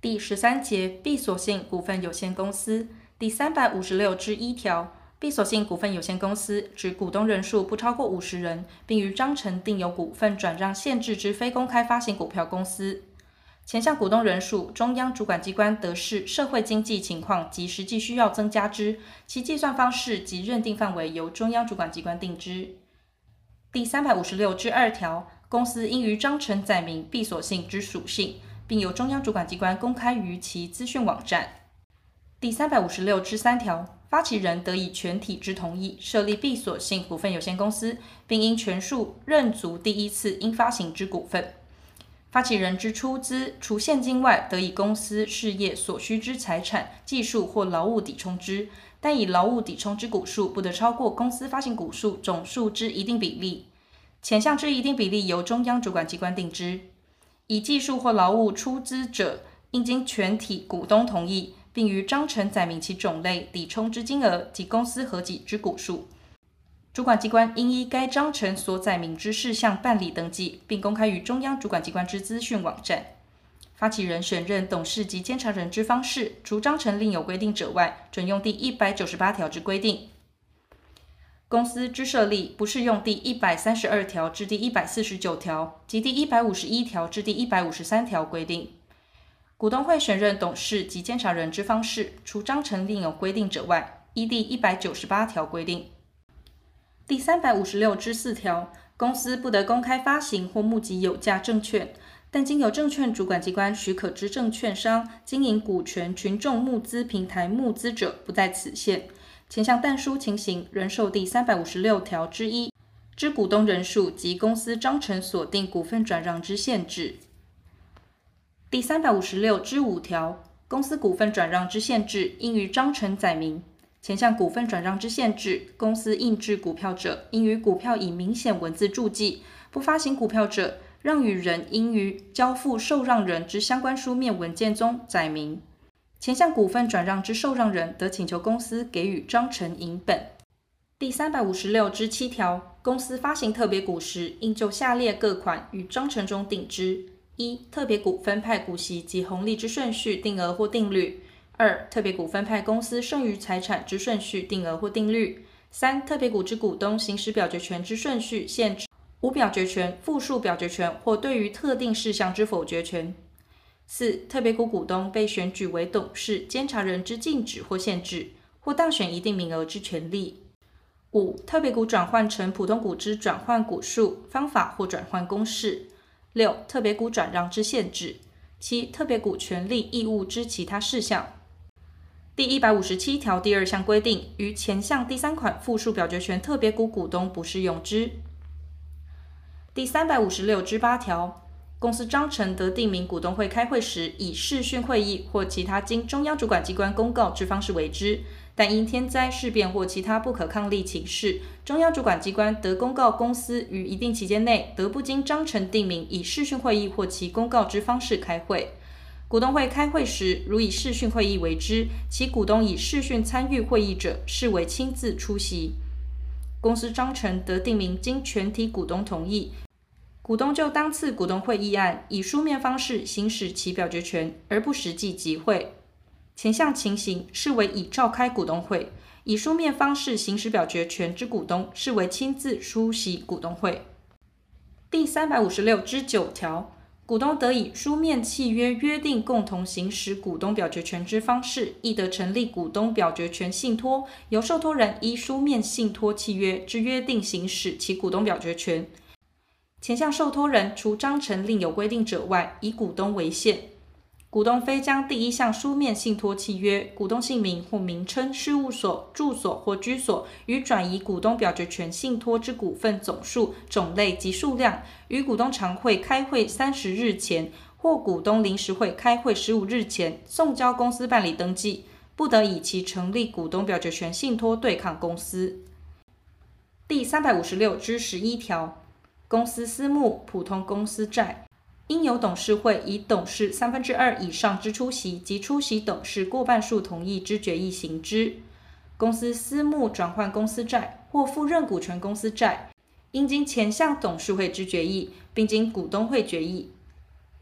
第13节闭锁性股份有限公司第356之1条，闭锁性股份有限公司指股东人数不超过50人，并于章程定有股份转让限制之非公开发行股票公司。前项股东人数，中央主管机关得视社会经济情况及实际需要增加之，其计算方式及认定范围由中央主管机关定之。第356之2条，公司应于章程载明闭锁性之属性，并由中央主管机关公开于其资讯网站。第356之3条，发起人得以全体之同意设立闭锁性股份有限公司，并应全数认足第一次应发行之股份。发起人之出资，除现金外，得以公司事业所需之财产、技术或劳务抵充之，但以劳务抵充之股数不得超过公司发行股数总数之一定比例。前项之一定比例由中央主管机关定之。以技术或劳务出资者，应经全体股东同意，并于章程载明其种类、抵充之金额及公司合计之股数。主管机关应依该章程所载明之事项办理登记，并公开于中央主管机关之资讯网站。发起人选任董事及监察人之方式，除章程另有规定者外，准用第198条之规定。公司之设立，不适用第132条至第149条及第151条至第153条规定。股东会选任董事及监察人之方式，除章程另有规定者外，依第198条规定。第356之4条，公司不得公开发行或募集有价证券，但经由证券主管机关许可之证券商经营股权群众募资平台募资者，不在此限。前项但书情形，仍受第356条之1之股东人数及公司章程所定股份转让之限制。第356之5条，公司股份转让之限制，应于章程载明。前项股份转让之限制，公司印制股票者，应于股票以明显文字注记；不发行股票者，让与人应于交付受让人之相关书面文件中载明。前项股份转让之受让人，得请求公司给予章程影本。第356之7条，公司发行特别股时，应就下列各款于章程中定之：一、特别股分派股息及红利之顺序、定额或定律；二、特别股分派公司剩余财产之顺序、定额或定律；三、特别股之股东行使表决权之顺序、限制、无表决权、复数表决权或对于特定事项之否决权；四、特别股股东被选举为董事、监察人之禁止或限制，或当选一定名额之权利；五、特别股转换成普通股之转换股数、方法或转换公式；六、特别股转让之限制；七、特别股权利义务之其他事项。第157条第2项规定，于前项第3款复数表决权特别股股东不适用之。第356之8条，公司章程得定明股东会开会时，以视讯会议或其他经中央主管机关公告之方式为之，但因天灾事变或其他不可抗力情事，中央主管机关得公告公司于一定期间内，得不经章程定明以视讯会议或其公告之方式开会。股东会开会时，如以视讯会议为之，其股东以视讯参与会议者，视为亲自出席。公司章程得定明经全体股东同意，股东就当次股东会议案以书面方式行使其表决权，而不实际集会。前项情形视为已召开股东会，以书面方式行使表决权之股东，视为亲自出席股东会。第356之9条，股东得以书面契约约定共同行使股东表决权之方式，亦得成立股东表决权信托，由受托人依书面信托契约之约定行使其股东表决权。前项受托人除章程另有规定者外，以股东为限。股东非将第1项书面信托契约、股东姓名或名称、事务所、住所或居所与转移股东表决权信托之股份总数、种类及数量，于股东常会开会30日前或股东临时会开会15日前送交公司办理登记，不得以其成立股东表决权信托对抗公司。第356之11条，公司私募、普通公司债，应由董事会以董事2/3以上之出席及出席董事过半数同意之决议行之。公司私募转换公司债或复认股权公司债，应经前项董事会之决议，并经股东会决议。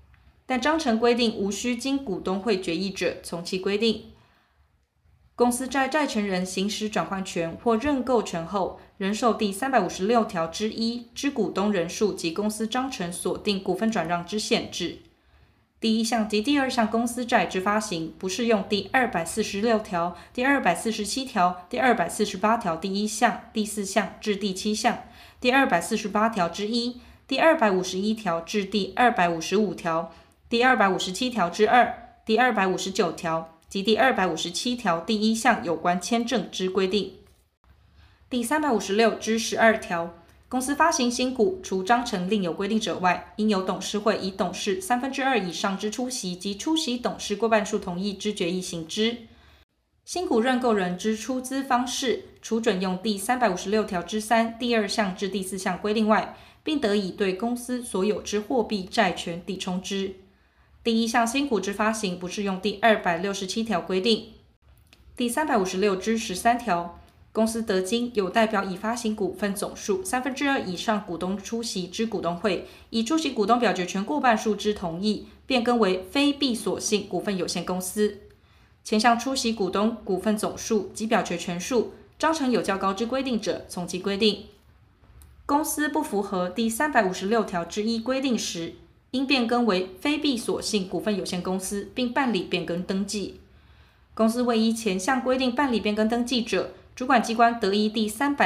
但章程规定无需经股东会决议者，从其规定。公司在债权人行使转换权或认购权后，仍受第356条之1之股东人数及公司章程所定股份转让之限制。第1项及第2项公司债之发行，不适用第246条、第247条、第248条第1项、第4项至第7项、第248条之1、第251条至第255条、第257条之2、第259条及第257条第1项有关签证之规定。第356之12条，公司发行新股，除章程另有规定者外，应由董事会以董事2/3以上之出席及出席董事过半数同意之决议行之。新股认购人之出资方式，除准用第356条之3第2项至第4项规定外，并得以对公司所有之货币债权抵充之。第1项新股之发行，不适用第267条规定。第356之13条，公司得经有代表已发行股份总数2/3以上股东出席之股东会，以出席股东表决权过半数之同意，变更为非闭锁性股份有限公司。前项出席股东股份总数及表决权数，章程有较高之规定者，从其规定。公司不符合第356条之1规定时，应变更为非闭锁性股份有限公司，并办理变更登记。公司未依前项规定办理变更登记者，主管机关得依第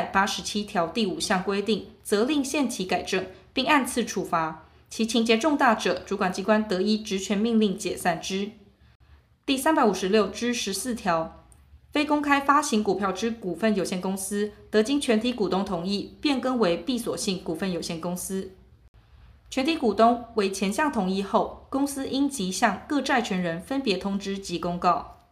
387条第5项规定，责令限期改正，并按次处罚。其情节重大者，主管机关得依职权命令解散之。第356之14条，非公开发行股票之股份有限公司，得经全体股东同意，变更为闭锁性股份有限公司。全体股东为前项同意后，公司应即向各债权人分别通知及公告。